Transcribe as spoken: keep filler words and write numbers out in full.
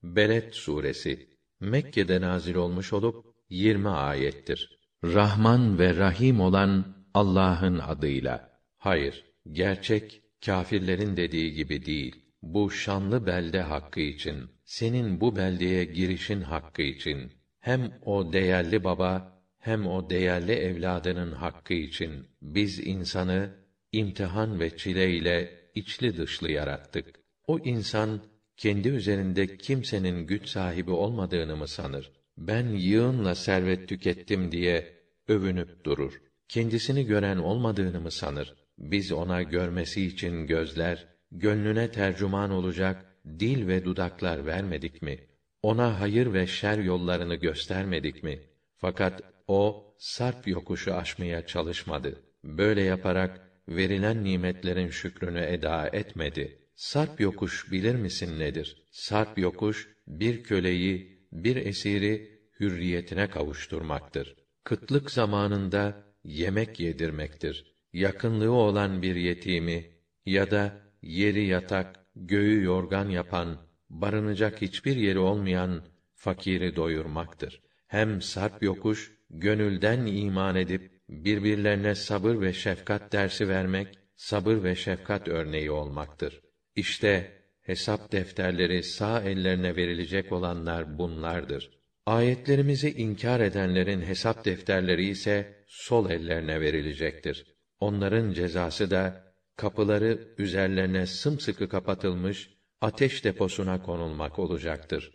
Beled suresi Mekke'de nazil olmuş olup yirmi ayettir. Rahman ve Rahim olan Allah'ın adıyla. Hayır, gerçek kâfirlerin dediği gibi değil. Bu şanlı belde hakkı için, senin bu beldeye girişin hakkı için, hem o değerli baba, hem o değerli evladının hakkı için biz insanı imtihan ve çile ile içli dışlı yarattık. O insan kendi üzerinde kimsenin güç sahibi olmadığını mı sanır? Ben yığınla servet tükettim diye övünüp durur. Kendisini gören olmadığını mı sanır? Biz ona görmesi için gözler, gönlüne tercüman olacak dil ve dudaklar vermedik mi? Ona hayır ve şer yollarını göstermedik mi? Fakat o sarp yokuşu aşmaya çalışmadı. Böyle yaparak verilen nimetlerin şükrünü eda etmedi. Sarp yokuş bilir misin nedir? Sarp yokuş bir köleyi, bir esiri hürriyetine kavuşturmaktır. Kıtlık zamanında yemek yedirmektir. Yakınlığı olan bir yetimi ya da yeri yatak, göğü yorgan yapan, barınacak hiçbir yeri olmayan fakiri doyurmaktır. Hem sarp yokuş, gönülden iman edip birbirlerine sabır ve şefkat dersi vermek, sabır ve şefkat örneği olmaktır. İşte hesap defterleri sağ ellerine verilecek olanlar bunlardır. Ayetlerimizi inkar edenlerin hesap defterleri ise sol ellerine verilecektir. Onların cezası da kapıları üzerlerine sımsıkı kapatılmış ateş deposuna konulmak olacaktır.